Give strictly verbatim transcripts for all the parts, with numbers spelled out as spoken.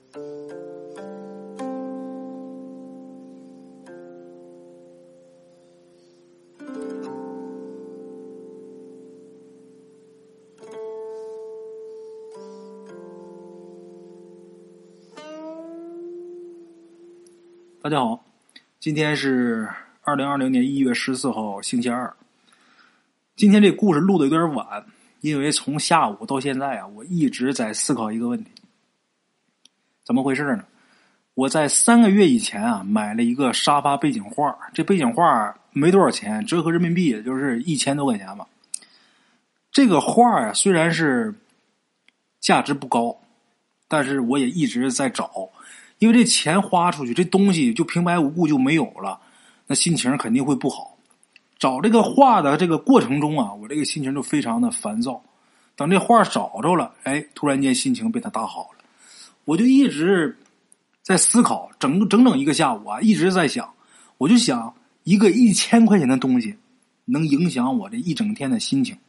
大家好，今天是二零二零年一月十四号星期二。今天这故事录的有点晚，因为从下午到现在啊，我一直在思考一个问题。怎么回事呢？我在三个月以前啊，买了一个沙发背景画，这背景画没多少钱，折合人民币也就是一千多块钱吧。这个画啊，虽然是价值不高，但是我也一直在找。因为这钱花出去，这东西就平白无故就没有了，那心情肯定会不好。找这个画的这个过程中啊，我这个心情就非常的烦躁。等这画找着了，哎，突然间心情被他打好了。我就一直在思考，整整整一个下午啊，一直在想。我就想，一个一千块钱的东西，能影响我这一整天的心情，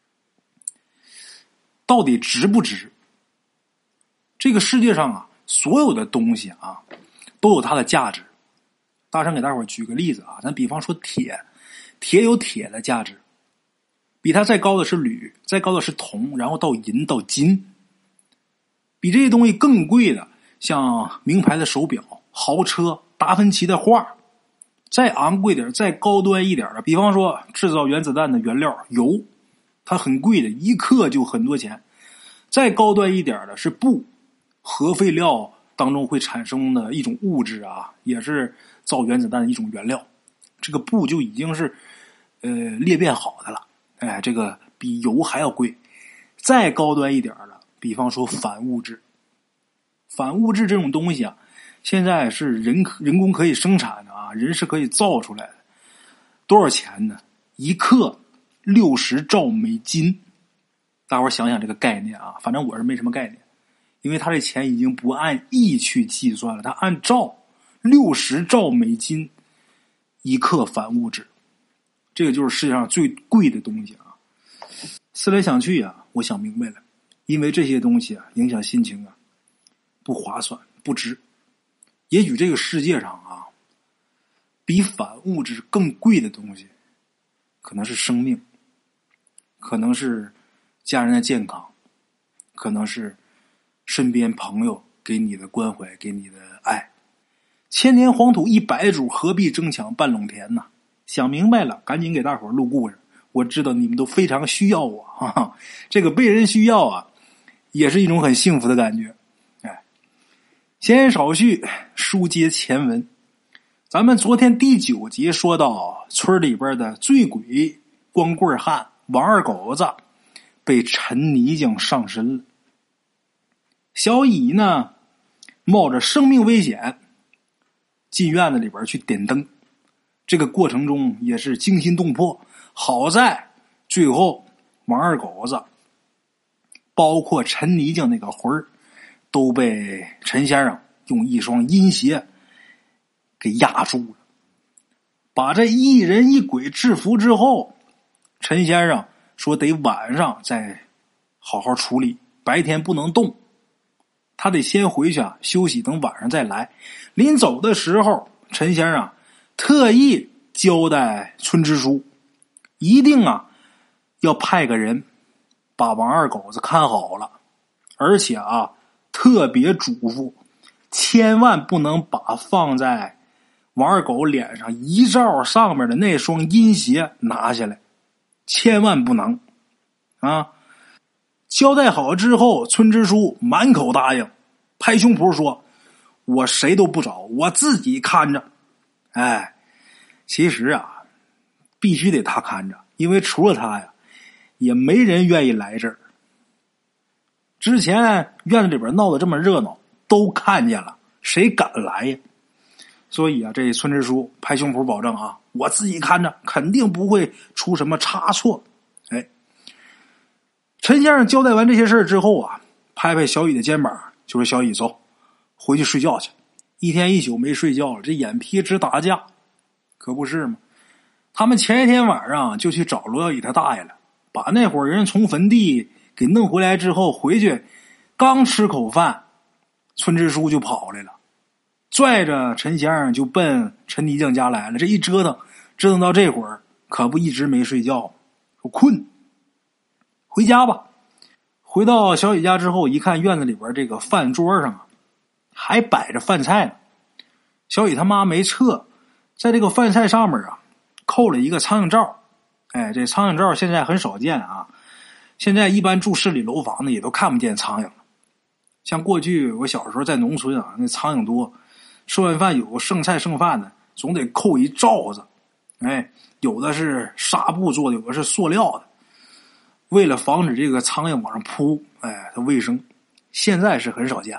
到底值不值？这个世界上啊，所有的东西啊，都有它的价值。大山给大伙举个例子啊，咱比方说铁，铁有铁的价值，比它再高的是铝，再高的是铜，然后到银到金。比这些东西更贵的，像名牌的手表、豪车、达芬奇的画。再昂贵点、再高端一点的，比方说制造原子弹的原料油，它很贵的，一克就很多钱。再高端一点的是布，核废料当中会产生的一种物质啊，也是造原子弹的一种原料。这个布就已经是呃裂变好的了，哎，这个比油还要贵。再高端一点的，比方说反物质，反物质这种东西啊，现在是人人工可以生产的啊，人是可以造出来的。多少钱呢？一克六十兆美金。大伙儿想想这个概念啊，反正我是没什么概念。因为他这钱已经不按亿去计算了，他按兆，六十兆美金一克反物质，这个就是世界上最贵的东西啊。思来想去啊，我想明白了，因为这些东西啊影响心情啊，不划算，不值。也许这个世界上啊，比反物质更贵的东西，可能是生命，可能是家人的健康，可能是身边朋友给你的关怀，给你的爱。千年黄土一百主，何必争抢半垄田呢？想明白了，赶紧给大伙儿录故事。我知道你们都非常需要我，哈哈，这个被人需要啊，也是一种很幸福的感觉。哎，闲言少叙，书接前文。咱们昨天第九节说到，村里边的醉鬼光棍汉王二狗子被陈泥匠上身了。小乙呢，冒着生命危险进院子里边去点灯，这个过程中也是惊心动魄。好在最后王二狗子包括陈泥匠那个魂儿都被陈先生用一双阴鞋给压住了。把这一人一鬼制服之后，陈先生说得晚上再好好处理，白天不能动，他得先回去啊休息，等晚上再来。临走的时候，陈先生特意交代村支书，一定啊要派个人把王二狗子看好了，而且啊特别嘱咐，千万不能把放在王二狗脸上遗照上面的那双阴鞋拿下来，千万不能啊！交代好之后，村支书满口答应，拍胸脯说：“我谁都不找，我自己看着。”哎，其实啊，必须得他看着，因为除了他呀，也没人愿意来这儿。之前院子里边闹得这么热闹，都看见了，谁敢来呀？所以啊，这村支书拍胸脯保证啊，我自己看着，肯定不会出什么差错。哎，陈先生交代完这些事儿之后啊，拍拍小乙的肩膀，就说：“小乙，走，回去睡觉去。一天一宿没睡觉了，这眼皮直打架，可不是吗？”他们前一天晚上就去找罗小乙他大爷了，把那伙人从坟地给弄回来之后，回去刚吃口饭， 村支书就跑来了，拽着陈先生就奔陈泥匠家来了。这一折腾折腾到这会儿，可不一直没睡觉，说困，回家吧。回到小雨家之后，一看院子里边这个饭桌上啊，还摆着饭菜呢。小雨他妈没撤，在这个饭菜上面啊，扣了一个苍蝇罩。哎，这苍蝇罩现在很少见啊，现在一般住市里楼房的也都看不见苍蝇了。像过去我小时候在农村啊，那苍蝇多，吃完饭有剩菜剩饭的，总得扣一罩子。哎，有的是纱布做的，有的是塑料的，为了防止这个苍蝇往上扑，哎，它卫生。现在是很少见了。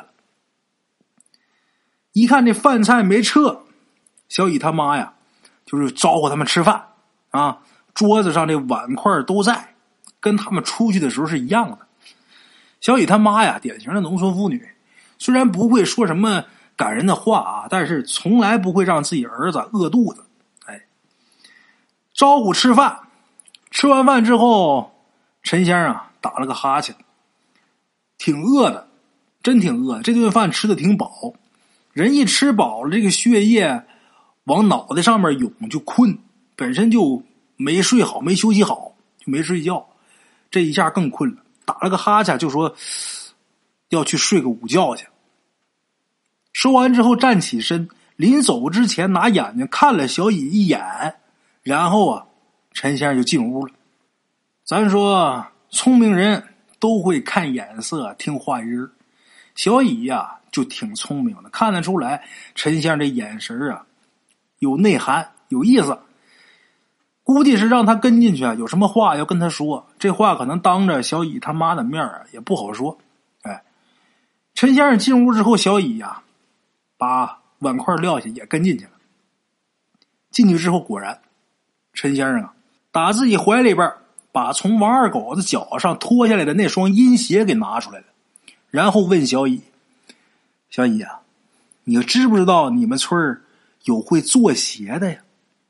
一看这饭菜没撤，小雨他妈呀，就是招呼他们吃饭啊，桌子上这碗筷都在，跟他们出去的时候是一样的。小雨他妈呀，典型的农村妇女，虽然不会说什么感人的话啊，但是从来不会让自己儿子饿肚子。哎，招呼吃饭，吃完饭之后，陈先生啊打了个哈欠，挺饿的，真挺饿，这顿饭吃的挺饱。人一吃饱了，这个血液往脑袋上面涌，就困，本身就没睡好，没休息好，就没睡觉，这一下更困了，打了个哈欠，就说要去睡个午觉去。说完之后站起身，临走之前拿眼睛看了小乙一眼，然后啊，陈先生就进屋了。咱说聪明人都会看眼色听话音，小乙呀、啊、就挺聪明的，看得出来陈先生这眼神啊有内涵有意思，估计是让他跟进去啊，有什么话要跟他说，这话可能当着小乙他妈的面啊也不好说。哎，陈先生进屋之后，小乙呀、啊、把碗筷撂下也跟进去了。进去之后果然陈先生啊打自己怀里边把从王二狗子脚上脱下来的那双阴鞋给拿出来了，然后问小乙，小乙啊，你知不知道你们村有会做鞋的呀？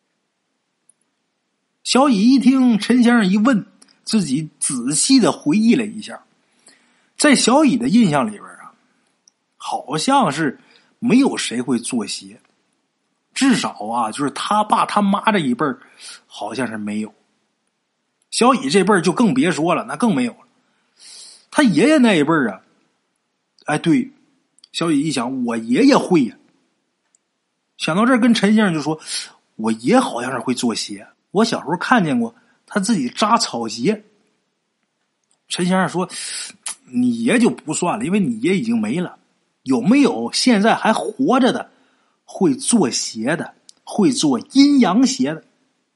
小乙一听陈先生一问，自己仔细的回忆了一下，在小乙的印象里边啊，好像是没有谁会做鞋，至少啊，就是他爸他妈这一辈儿好像是没有。小乙这辈儿就更别说了，那更没有了。他爷爷那一辈儿啊，哎，对，小乙一想，我爷爷会呀。想到这儿，跟陈先生就说，我爷好像是会做鞋，我小时候看见过他自己扎草鞋。陈先生说，你爷就不算了，因为你爷已经没了，有没有现在还活着的会做鞋的，会做阴阳鞋的？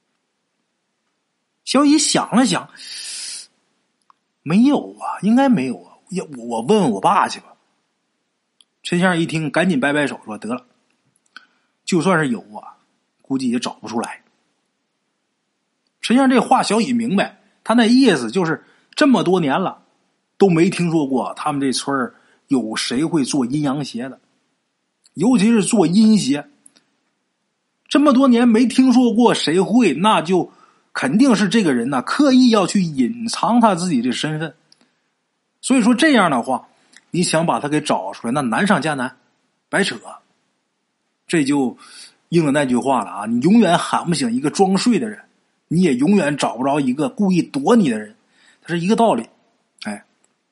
小乙想了想，没有啊，应该没有啊，我我问问我爸去吧。陈先生一听，赶紧摆摆手说，得了，就算是有啊，估计也找不出来。陈先生这话小乙明白，他那意思就是这么多年了都没听说过他们这村有谁会做阴阳鞋的，尤其是做阴鞋，这么多年没听说过谁会，那就肯定是这个人呢刻意要去隐藏他自己这身份。所以说这样的话，你想把他给找出来，那难上加难，白扯。这就应了那句话了啊，你永远喊不醒一个装睡的人，你也永远找不着一个故意躲你的人，它是一个道理。哎，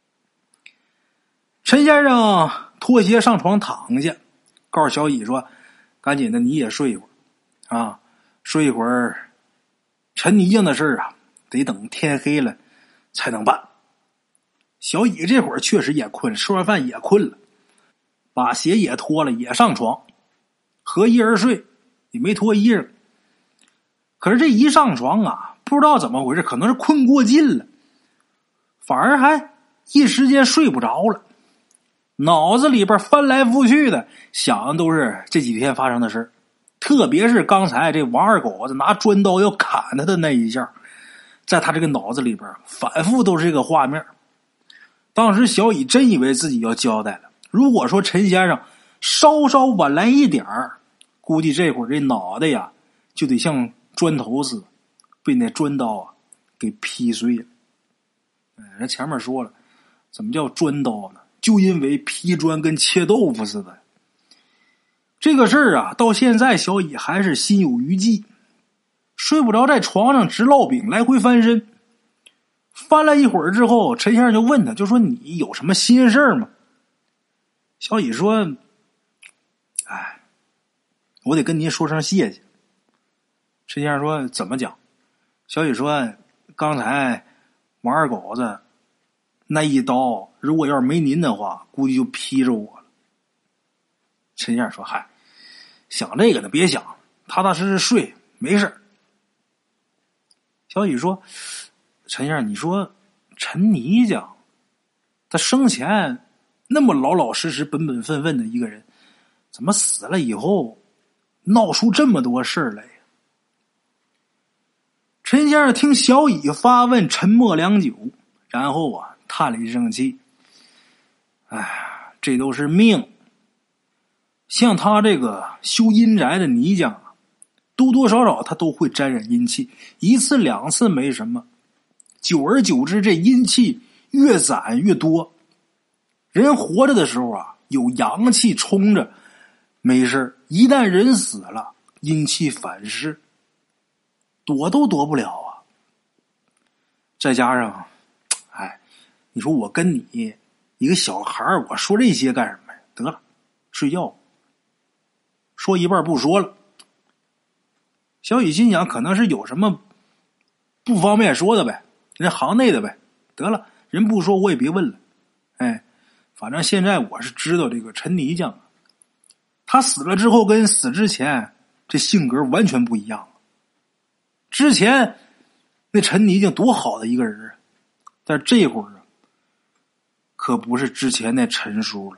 陈先生脱鞋上床躺下，告诉小乙说，赶紧的你也睡一会儿啊，睡一会儿陈泥匠的事啊得等天黑了才能办。小乙这会儿确实也困，吃完饭也困了，把鞋也脱了，也上床合衣而睡，也没脱衣裳。可是这一上床啊，不知道怎么回事，可能是困过劲了，反而还一时间睡不着了，脑子里边翻来覆去的想的都是这几天发生的事，特别是刚才这王二狗子拿砖刀要砍他的那一下，在他这个脑子里边反复都是这个画面。当时小乙真以为自己要交代了，如果说陈先生稍稍晚来一点儿，估计这会儿这脑袋呀就得像砖头似的被那砖刀啊给劈碎了。哎，人前面说了，怎么叫砖刀呢？ 就因为劈砖跟切豆腐似的。这个事儿啊，到现在小乙还是心有余悸，睡不着，在床上直烙饼，来回翻身。翻了一会儿之后，陈先生就问他，就说你有什么心事儿吗？小乙说，哎，我得跟您说声谢谢。陈先生说，怎么讲？小乙说，刚才王二狗子那一刀，如果要是没您的话，估计就劈着我了。陈先生说，嗨，想这个呢别想，踏踏实实睡，没事。小乙说，陈先生，你说陈泥匠他生前那么老老实实本本分分的一个人，怎么死了以后闹出这么多事来呀？陈先生听小乙发问，沉默良久，然后啊叹了一声气，哎，这都是命。像他这个修阴宅的泥匠啊，多多少少他都会沾染阴气，一次两次没什么，久而久之这阴气越攒越多。人活着的时候啊，有阳气冲着没事，一旦人死了，阴气反噬，躲都躲不了啊。再加上哎，你说我跟你一个小孩我说这些干什么呀？得了，睡觉。说一半不说了。小乙心想，可能是有什么不方便说的呗，人行内的呗，得了，人不说我也别问了。哎，反正现在我是知道这个陈泥匠，他死了之后跟死之前这性格完全不一样了。之前那陈泥匠多好的一个人啊，但这会儿啊，可不是之前那陈叔了。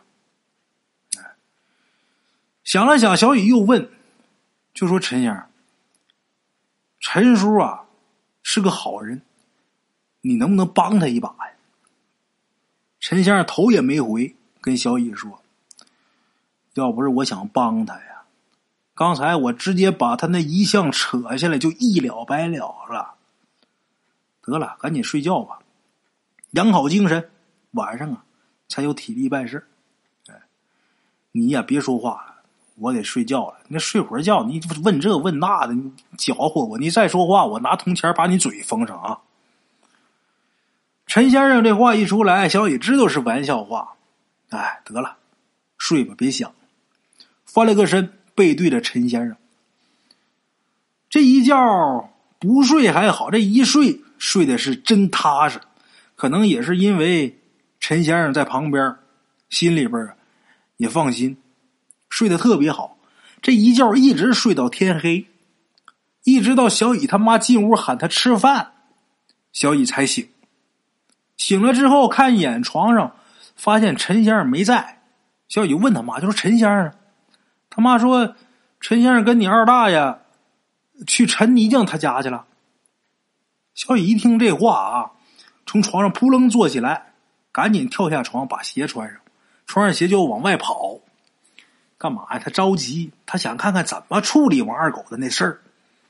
想了想，小乙又问，就说陈先生，陈叔啊是个好人，你能不能帮他一把呀？陈先生头也没回，跟小乙说，要不是我想帮他呀，刚才我直接把他那遗像扯下来就一了百了了。得了，赶紧睡觉吧，养好精神，晚上啊才有体力办事。哎，你呀别说话了，我得睡觉了。那睡会儿觉，你问这问那的，你搅和我，你再说话，我拿铜钱把你嘴封上啊！陈先生这话一出来，小乙知道是玩笑话，哎，得了，睡吧，别想。翻了个身，背对着陈先生。这一觉不睡还好，这一睡睡的是真踏实。可能也是因为陈先生在旁边，心里边也放心。睡得特别好，这一觉一直睡到天黑，一直到小乙他妈进屋喊他吃饭，小乙才醒。醒了之后看一眼床上，发现陈先生没在。小乙问他妈，就说陈先生，他妈说陈先生跟你二大爷去陈泥匠他家去了。小乙一听这话啊，从床上扑棱坐起来，赶紧跳下床把鞋穿上，穿上鞋就往外跑。干嘛呀？他着急，他想看看怎么处理王二狗的那事儿。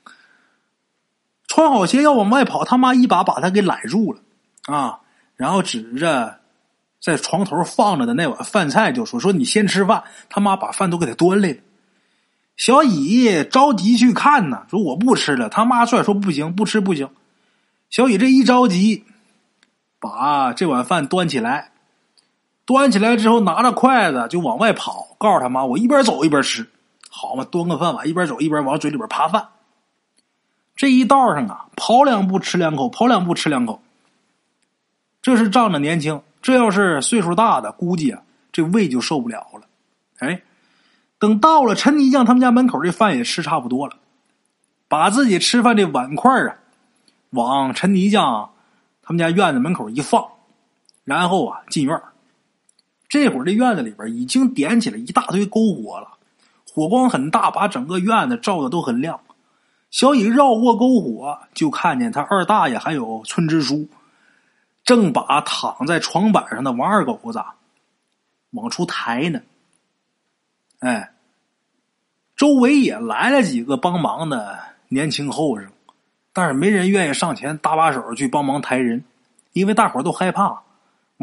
穿好鞋要往外跑，他妈一把把他给揽住了啊！然后指着在床头放着的那碗饭菜就说：“说你先吃饭。”他妈把饭都给他端来了。小乙着急去看呢，说我不吃了。他妈拽说不行，不吃不行。小乙这一着急，把这碗饭端起来。端起来之后拿着筷子就往外跑，告诉他妈我一边走一边吃。好嘛，端个饭碗一边走一边往嘴里边扒饭。这一道上啊，跑两步吃两口，跑两步吃两口。这是仗着年轻，这要是岁数大的估计啊这胃就受不了了。哎，等到了陈泥匠他们家门口，这饭也吃差不多了，把自己吃饭这碗筷啊往陈泥匠他们家院子门口一放，然后啊进院。这会儿这院子里边已经点起了一大堆篝火了，火光很大，把整个院子照的都很亮。小乙绕过篝火，就看见他二大爷还有村支书正把躺在床板上的王二狗子往出抬呢。哎，周围也来了几个帮忙的年轻后生，但是没人愿意上前搭把手去帮忙抬人，因为大伙都害怕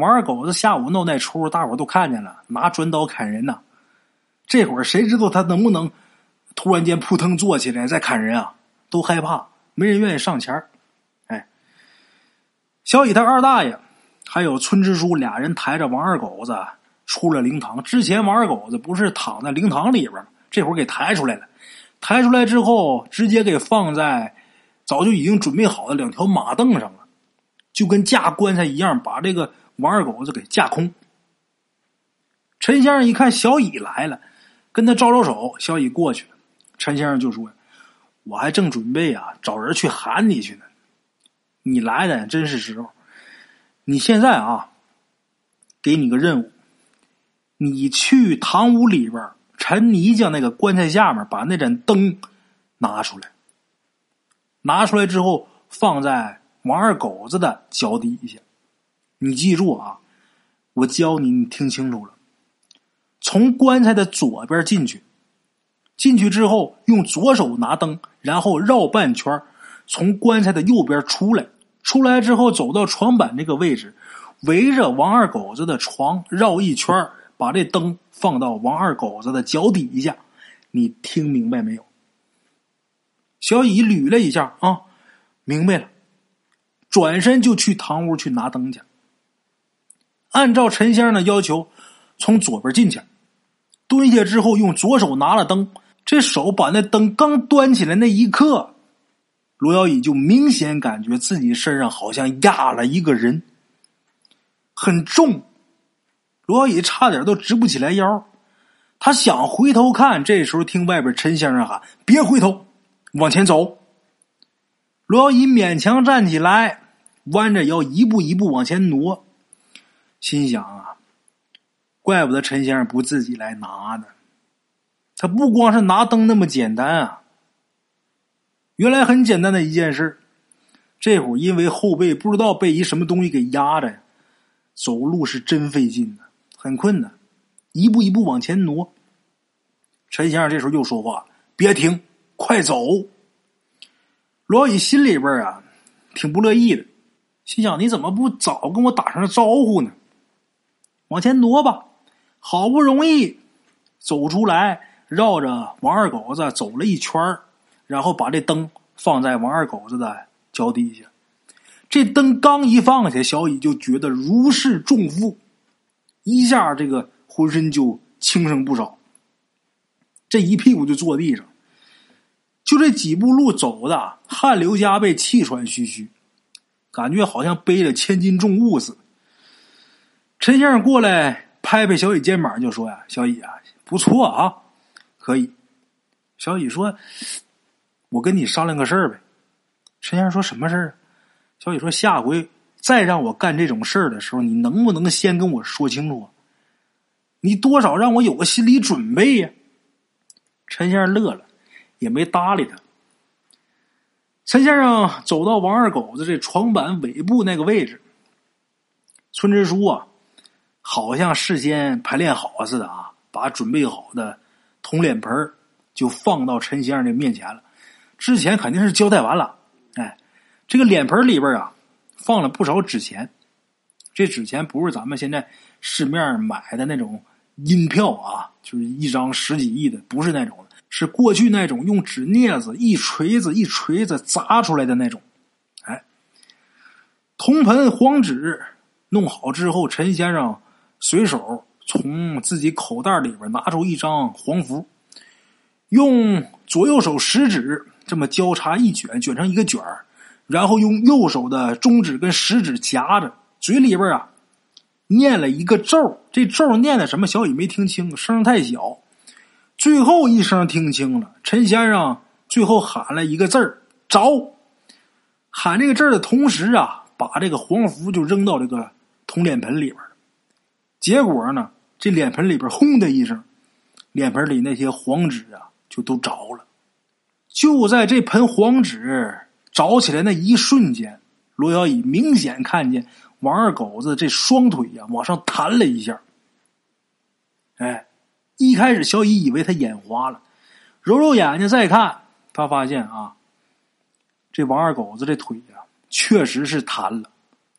王二狗子下午闹那出，大伙都看见了，拿砖刀砍人呐、啊。这会儿谁知道他能不能突然间扑腾坐起来再砍人啊？都害怕，没人愿意上前。哎，小乙他二大爷还有村支书俩人抬着王二狗子出了灵堂。之前王二狗子不是躺在灵堂里边吗？这会儿给抬出来了。抬出来之后，直接给放在早就已经准备好的两条马凳上了，就跟架棺材一样，把这个王二狗子给架空。陈先生一看小乙来了，跟他招招手，小乙过去了。陈先生就说：“我还正准备啊找人去喊你去呢，你来的真是时候。你现在啊，给你个任务，你去堂屋里边陈泥匠那个棺材下面，把那盏灯拿出来，拿出来之后放在王二狗子的脚底下。你记住啊，我教你，你听清楚了。从棺材的左边进去，进去之后用左手拿灯，然后绕半圈，从棺材的右边出来，出来之后走到床板这个位置，围着王二狗子的床绕一圈，把这灯放到王二狗子的脚底下。你听明白没有？”小乙捋了一下啊，明白了，转身就去堂屋去拿灯去。按照陈先生的要求，从左边进去，蹲下之后用左手拿了灯，这手把那灯刚端起来那一刻，罗小乙就明显感觉自己身上好像压了一个人，很重。罗小乙差点都直不起来腰，他想回头看，这时候听外边陈先生喊：“别回头，往前走。”罗小乙勉强站起来，弯着腰一步一步往前挪，心想啊，怪不得陈先生不自己来拿呢，他不光是拿灯那么简单啊。原来很简单的一件事，这会儿因为后背不知道被一什么东西给压着，走路是真费劲的，很困难，一步一步往前挪。陈先生这时候又说话：“别停，快走。”罗小乙心里边啊挺不乐意的，心想你怎么不早跟我打声招呼呢？往前挪吧。好不容易走出来，绕着王二狗子走了一圈，然后把这灯放在王二狗子的脚底下。这灯刚一放下，小乙就觉得如释重负，一下这个浑身就轻省不少，这一屁股就坐地上。就这几步路走的汗流浃背，气喘吁吁，感觉好像背了千斤重物似的。陈先生过来拍拍小乙肩膀就说呀：“小乙啊，不错啊，可以。”小乙说：“我跟你商量个事儿呗。”陈先生说：“什么事儿？”小乙说：“下回再让我干这种事儿的时候，你能不能先跟我说清楚啊？你多少让我有个心理准备呀。”陈先生乐了，也没搭理他。陈先生走到王二狗子这床板尾部那个位置，村支书啊好像事先排练好似的啊，把准备好的铜脸盆就放到陈先生的面前了。之前肯定是交代完了，哎，这个脸盆里边啊放了不少纸钱，这纸钱不是咱们现在市面买的那种银票啊，就是一张十几亿的，不是那种的，是过去那种用纸镊子一锤子一锤子砸出来的那种。哎，铜盆黄纸弄好之后，陈先生随手从自己口袋里边拿出一张黄符，用左右手食指这么交叉一卷，卷成一个卷儿，然后用右手的中指跟食指夹着，嘴里边啊念了一个咒。这咒念的什么小乙没听清，声太小。最后一声听清了，陈先生最后喊了一个字儿：“着。”喊这个字的同时啊，把这个黄符就扔到这个铜脸盆里边。结果呢，这脸盆里边轰的一声，脸盆里那些黄纸啊就都着了。就在这盆黄纸着起来那一瞬间，罗小乙明显看见王二狗子这双腿啊往上弹了一下。哎，一开始小乙以为他眼花了，揉揉眼睛再看，他发现啊，这王二狗子这腿啊确实是弹了，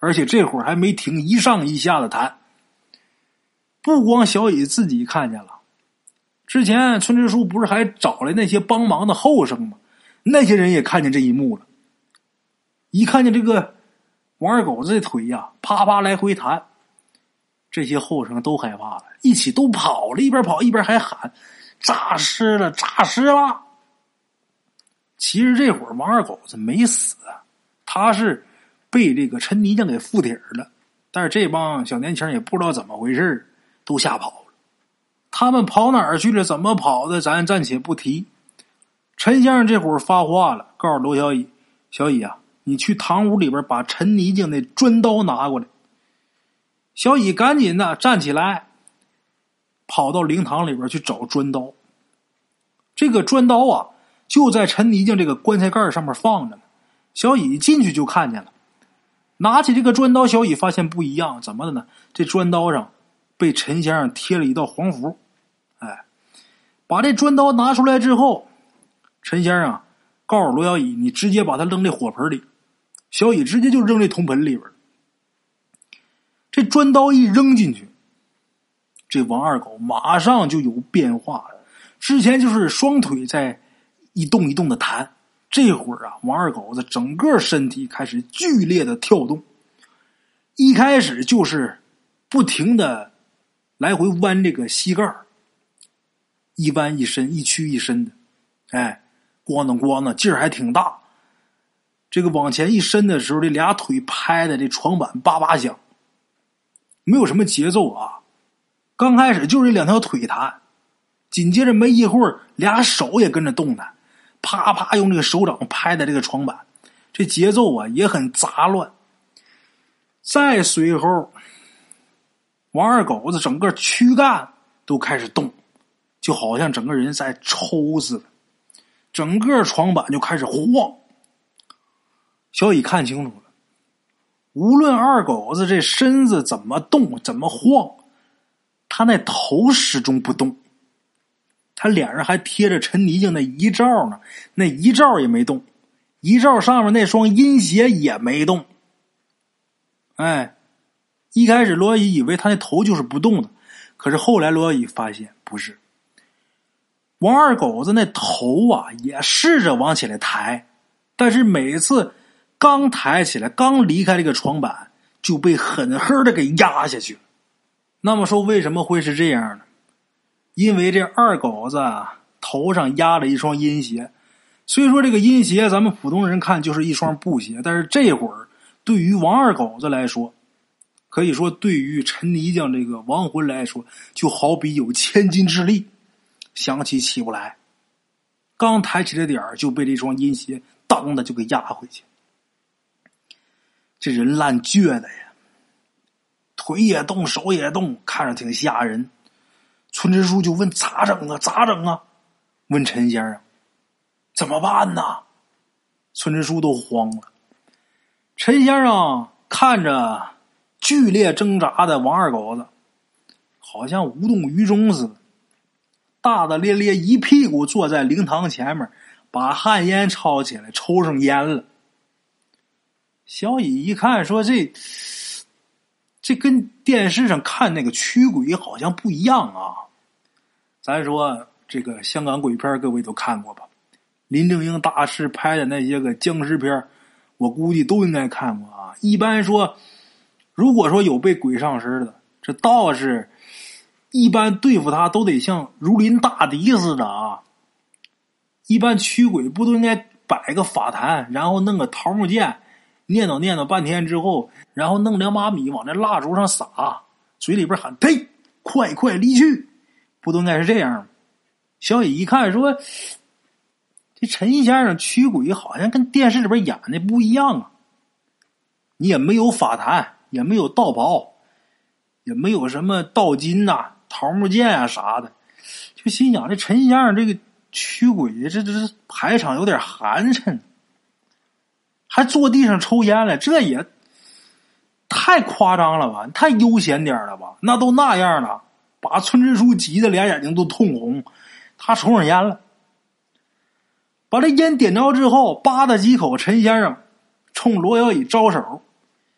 而且这会儿还没停一上一下的弹。不光小乙自己看见了，之前村支书不是还找来那些帮忙的后生吗？那些人也看见这一幕了。一看见这个王二狗子的腿呀、啊，啪啪来回弹，这些后生都害怕了，一起都跑了，一边跑一边还喊：诈尸了，诈尸了！其实这会儿王二狗子没死，他是被这个陈泥匠给附体了，但是这帮小年轻也不知道怎么回事，都吓跑了。他们跑哪儿去了？怎么跑的？咱暂且不提。陈先生这会儿发话了，告诉罗小乙：小乙啊，你去堂屋里边把陈泥匠那砖刀拿过来。小乙赶紧的站起来，跑到灵堂里边去找砖刀。这个砖刀啊，就在陈泥匠这个棺材盖上面放着呢。小乙进去就看见了，拿起这个砖刀，小乙发现不一样，怎么的呢？这砖刀上被陈先生贴了一道黄符。哎，把这砖刀拿出来之后，陈先生啊告诉罗小乙：你直接把它扔这火盆里。小乙直接就扔这铜盆里边。这砖刀一扔进去，这王二狗马上就有变化了。之前就是双腿在一动一动的弹，这会儿啊，王二狗子整个身体开始剧烈的跳动。一开始就是不停的来回弯这个膝盖，一弯一伸，一屈一伸的，哎，咣当咣当，劲儿还挺大。这个往前一伸的时候，这俩腿拍的这床板叭叭响，没有什么节奏啊。刚开始就是这两条腿弹，紧接着没一会儿，俩手也跟着动弹，啪啪用这个手掌拍的这个床板，这节奏啊也很杂乱。再随后，王二狗子整个躯干都开始动，就好像整个人在抽似的，整个床板就开始晃。小乙看清楚了，无论二狗子这身子怎么动怎么晃，他那头始终不动，他脸上还贴着陈泥匠那遗照呢，那遗照也没动，遗照上面那双阴鞋也没动。哎，一开始罗小乙以为他那头就是不动的，可是后来罗小乙发现不是，王二狗子那头啊也试着往起来抬，但是每次刚抬起来，刚离开这个床板，就被狠狠的给压下去了。那么说为什么会是这样呢？因为这二狗子头上压了一双阴鞋。虽说这个阴鞋咱们普通人看就是一双布鞋，但是这会儿对于王二狗子来说，可以说对于陈泥匠这个亡魂来说，就好比有千斤之力，想起起不来，刚抬起来点儿就被这双阴鞋当的就给压回去。这人烂倔的呀，腿也动手也动，看着挺吓人。村支书就问咋整啊咋整啊，问陈先生怎么办呢？村支书都慌了。陈先生看着剧烈挣扎的王二狗子，好像无动于衷似的，大大咧咧一屁股坐在灵堂前面，把旱烟抄起来抽上烟了。小乙一看说这这跟电视上看那个驱鬼好像不一样啊。咱说这个香港鬼片各位都看过吧，林正英大师拍的那些个僵尸片我估计都应该看过啊。一般说如果说有被鬼上身的，这道士一般对付他都得像如临大敌似的啊。一般驱鬼不都应该摆个法坛，然后弄个桃木剑，念叨念叨半天之后，然后弄两把米往那蜡烛上撒，嘴里边喊呸，快快离去，不都应该是这样吗？小乙一看说这陈先生驱鬼好像跟电视里边演的不一样啊，你也没有法坛，也没有道袍，也没有什么道金呐、啊、桃木剑啊啥的，就心想这陈先生这个驱鬼这这这排场有点寒碜，还坐地上抽烟了，这也太夸张了吧，太悠闲点了吧，那都那样了，把村支书急得俩眼睛都通红。他抽上烟了，把这烟点着之后，吧嗒几口，陈先生冲罗小乙招手，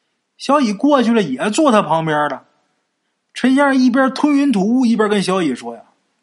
小乙过去了，也坐他旁边了。陈先生一边吞云吐雾，一边跟小乙说呀：“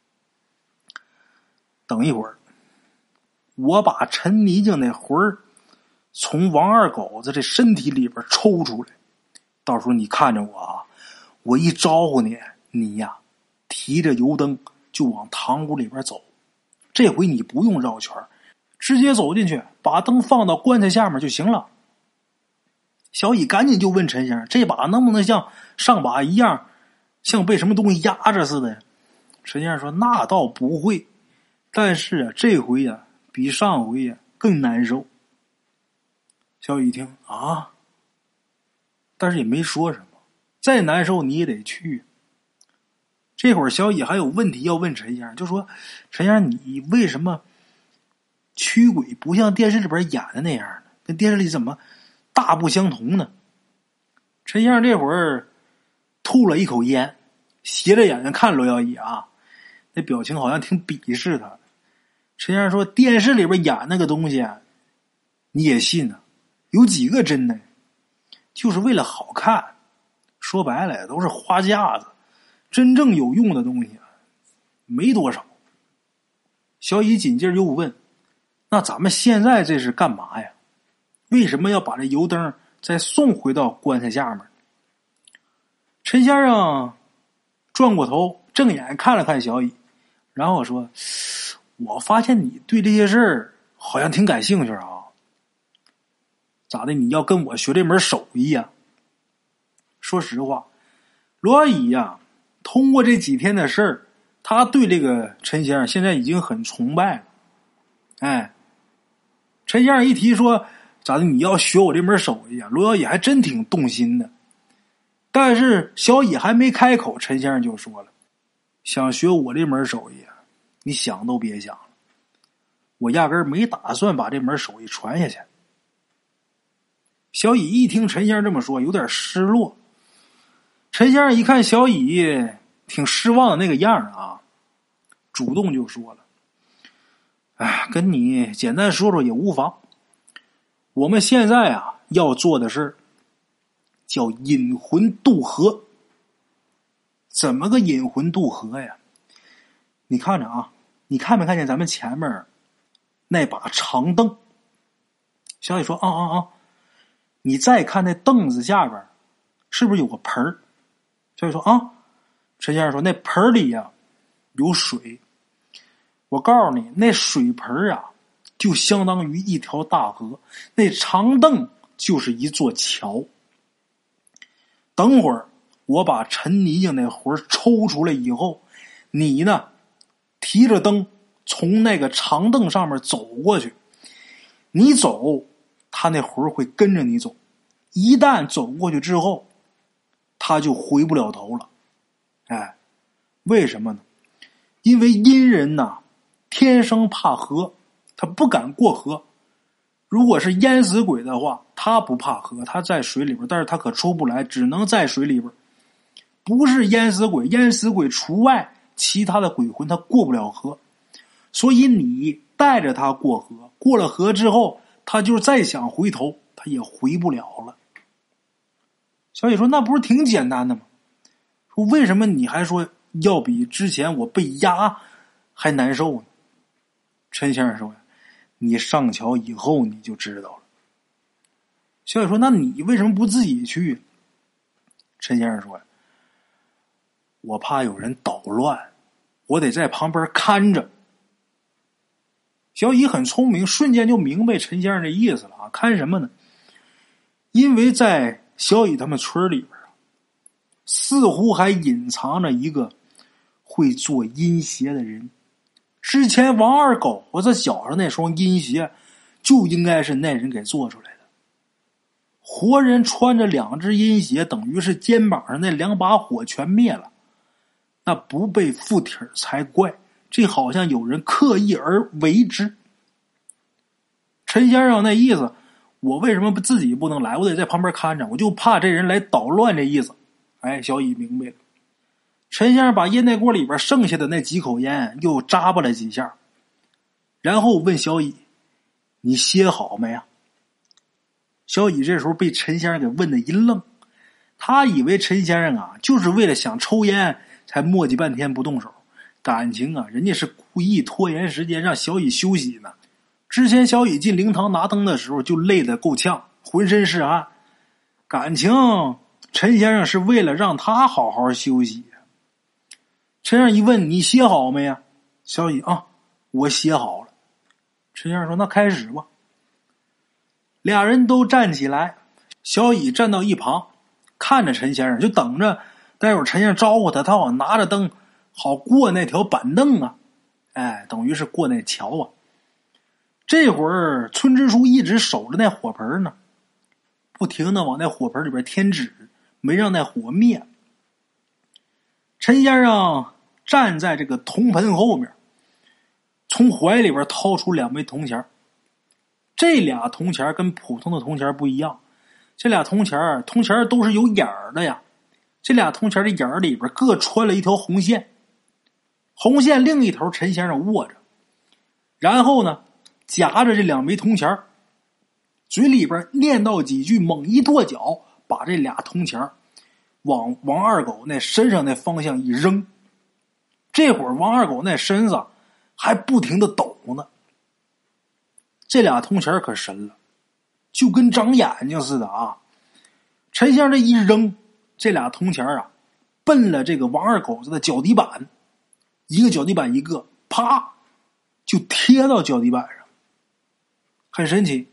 等一会儿，我把陈泥匠那魂儿从王二狗子这身体里边抽出来，到时候你看着我啊，我一招呼你，你呀提着油灯就往堂屋里边走。这回你不用绕圈，直接走进去，把灯放到棺材下面就行了。”小乙赶紧就问陈先生：“这把能不能像上把一样，像被什么东西压着似的呀？”陈先生说：“那倒不会，但是啊，这回呀、啊、比上回呀、啊、更难受。”小乙一听啊，但是也没说什么，再难受你也得去。这会儿小乙还有问题要问陈先生，就说：“陈先生，你为什么驱鬼不像电视里边演的那样呢？跟电视里怎么大不相同呢？”陈先生这会儿吐了一口烟，斜着眼睛看罗小乙啊，那表情好像挺鄙视他。陈先生说：“电视里边演那个东西你也信呢、啊？有几个真的？就是为了好看，说白了都是花架子，真正有用的东西没多少。”小乙紧接着又问：“那咱们现在这是干嘛呀？为什么要把这油灯再送回到棺材下面？”陈先生转过头正眼看了看小乙，然后说：“我发现你对这些事儿好像挺感兴趣啊，咋的？你要跟我学这门手艺呀？”说实话，罗小乙呀，通过这几天的事儿，他对这个陈先生现在已经很崇拜了。哎，陈先生一提说咋的，你要学我这门手艺啊，罗小乙还真挺动心的。但是小乙还没开口，陈先生就说了：“想学我这门手艺啊，你想都别想了，我压根儿没打算把这门手艺传下去。”小乙一听陈先生这么说，有点失落。陈先生一看小乙挺失望的那个样啊，主动就说了：“哎，跟你简单说说也无妨。我们现在啊要做的事叫引魂渡河。怎么个引魂渡河呀？你看着啊，你看没看见咱们前面那把长凳？”小乙说：“啊啊啊！你再看那凳子下边是不是有个盆儿？”小乙说：“啊。”陈先生说：“那盆里呀、啊、有水。我告诉你，那水盆啊就相当于一条大河，那长凳就是一座桥。等会儿我把陈泥匠那魂抽出来以后，你呢提着灯从那个长凳上面走过去，你走他那魂会跟着你走，一旦走过去之后他就回不了头了。哎，为什么呢？因为阴人呐天生怕河，他不敢过河。如果是淹死鬼的话，他不怕河，他在水里边，但是他可出不来，只能在水里边。不是淹死鬼，淹死鬼除外，其他的鬼魂他过不了河。所以你带着他过河，过了河之后，他就再想回头，他也回不了了。小野说：“那不是挺简单的吗？说为什么你还说要比之前我被压还难受呢？”陈先生说：“你上桥以后你就知道了。”小野说：“那你为什么不自己去？”陈先生说：“我怕有人捣乱，我得在旁边看着。”小乙很聪明，瞬间就明白陈先生的意思了啊！看什么呢？因为在小乙他们村里边啊，似乎还隐藏着一个会做阴邪的人。之前王二狗子脚上那双阴鞋，就应该是那人给做出来的。活人穿着两只阴鞋，等于是肩膀上那两把火全灭了，那不被附体才怪。这好像有人刻意而为之。陈先生那意思，我为什么自己不能来？我得在旁边看着，我就怕这人来捣乱这意思。哎，小乙明白了。陈先生把烟袋锅里边剩下的那几口烟又扎巴了几下，然后问小乙：“你歇好没啊？”小乙这时候被陈先生给问的一愣， 他以为陈先生啊就是为了想抽烟才磨叽半天不动手，感情啊人家是故意拖延时间让小乙休息呢。之前小乙进灵堂拿灯的时候就累得够呛，浑身是汗，感情陈先生是为了让他好好休息。陈先生一问，你写好没呀？小乙啊，我写好了。陈先生说，那开始吧。俩人都站起来，小乙站到一旁看着陈先生，就等着待会儿陈先生招呼他，他好拿着灯好过那条板凳啊，哎，等于是过那桥啊。这会儿村支书一直守着那火盆呢，不停的往那火盆里边添纸，没让那火灭。陈先生站在这个铜盆后面，从怀里边掏出两枚铜钱。这俩铜钱跟普通的铜钱不一样，这俩铜钱铜钱都是有眼儿的呀，这俩铜钱的眼儿里边各穿了一条红线，红线另一头陈先生握着，然后呢夹着这两枚铜钱，嘴里边念叨几句，猛一跺脚，把这俩铜钱往王二狗那身上那方向一扔。这会儿王二狗那身子还不停的抖呢。这俩铜钱可神了，就跟长眼睛似的啊！陈先生这一扔，这俩铜钱啊奔了这个王二狗子的脚底板，一个脚底板一个，啪就贴到脚底板上。很神奇，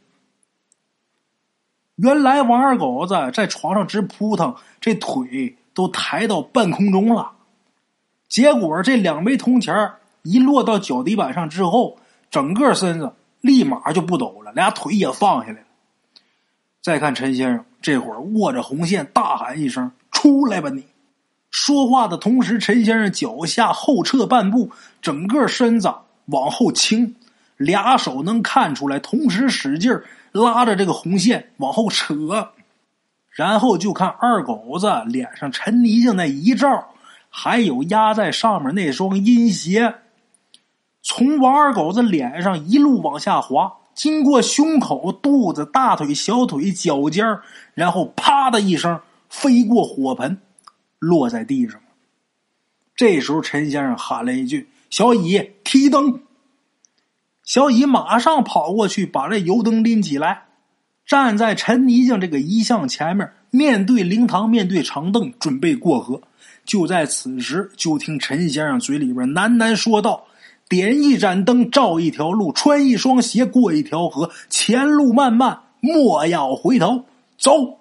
原来王二狗子在床上直扑腾，这腿都抬到半空中了。结果这两枚铜钱一落到脚底板上之后，整个身子立马就不抖了，俩腿也放下来了。再看陈先生，这会儿握着红线大喊一声，出来吧你！说话的同时，陈先生脚下后撤半步，整个身子往后倾，俩手能看出来同时使劲拉着这个红线往后扯。然后就看二狗子脸上陈泥匠那一罩，还有压在上面那双阴鞋，从王二狗子脸上一路往下滑，经过胸口、肚子、大腿、小腿、脚尖，然后啪的一声飞过火盆，落在地上。这时候陈先生喊了一句，小乙提灯。小乙马上跑过去把这油灯拎起来，站在陈泥匠这个遗像前面，面对灵堂，面对长凳，准备过河。就在此时，就听陈先生嘴里边喃喃说道，点一盏灯照一条路，穿一双鞋过一条河，前路漫漫莫要回头，走。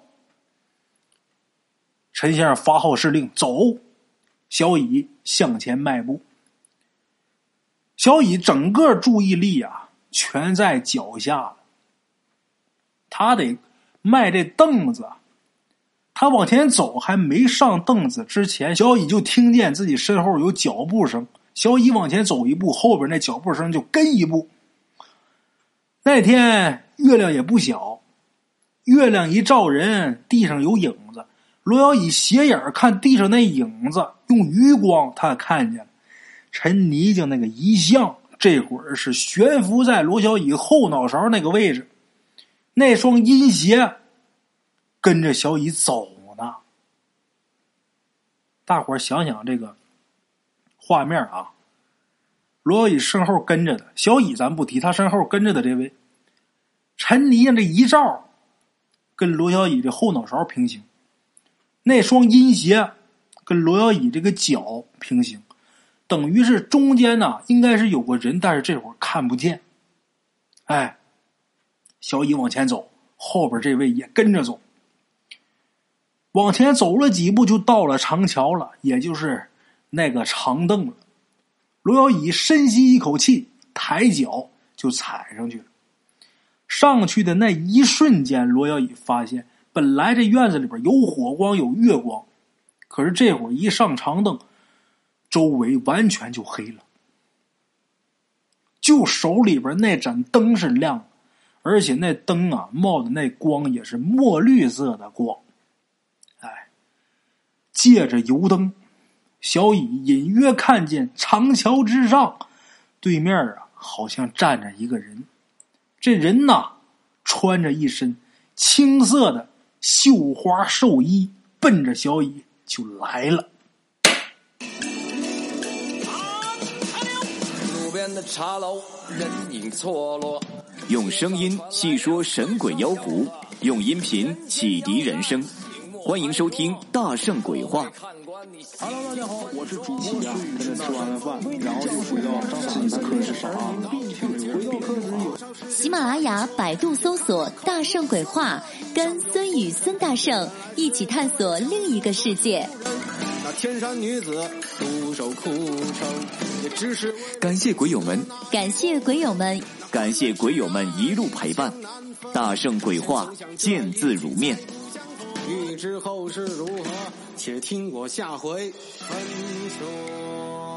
陈先生发号施令，走。小乙向前迈步，小乙整个注意力啊全在脚下了，他得迈这凳子。他往前走，还没上凳子之前，小乙就听见自己身后有脚步声。小乙往前走一步，后边那脚步声就跟一步。那天月亮也不小，月亮一照人，地上有影子。罗小乙斜眼看地上那影子，用余光他看见了陈泥匠那个遗像，这会儿是悬浮在罗小乙后脑勺那个位置，那双阴鞋跟着小乙走呢。大伙儿想想这个画面啊，罗小乙身后跟着的小乙咱不提，他身后跟着的这位陈泥匠这一照跟罗小乙这后脑勺平行，那双阴鞋跟罗小乙这个脚平行，等于是中间呢应该是有个人，但是这会儿看不见。哎，小乙往前走，后边这位也跟着走。往前走了几步，就到了长桥了，也就是那个长凳了。罗小乙深吸一口气，抬脚就踩上去了。上去的那一瞬间，罗小乙发现本来这院子里边有火光有月光，可是这会儿一上长凳，周围完全就黑了，就手里边那盏灯是亮的，而且那灯啊冒的那光也是墨绿色的光。哎，借着油灯，小乙隐约看见长桥之上对面啊好像站着一个人，这人呐穿着一身青色的绣花寿衣， 奔着小乙就来了。 路边的茶楼，人影错落。 用声音细说神鬼妖狐，用音频启迪人生。欢迎收听《大圣鬼话》。 Hello， 大家好，我是主播呀。跟着吃完了饭，然后就回到自己的课室上啊。回到课室有喜马拉雅、百度搜索“大圣鬼话”，跟孙宇、孙大圣一起探索另一个世界。 那天山女子独守枯城，也只是感谢鬼友们， 感谢鬼友们， 感谢鬼友们一路陪伴。大圣鬼话，见字如面。 欲知后事如何，且听我下回分说。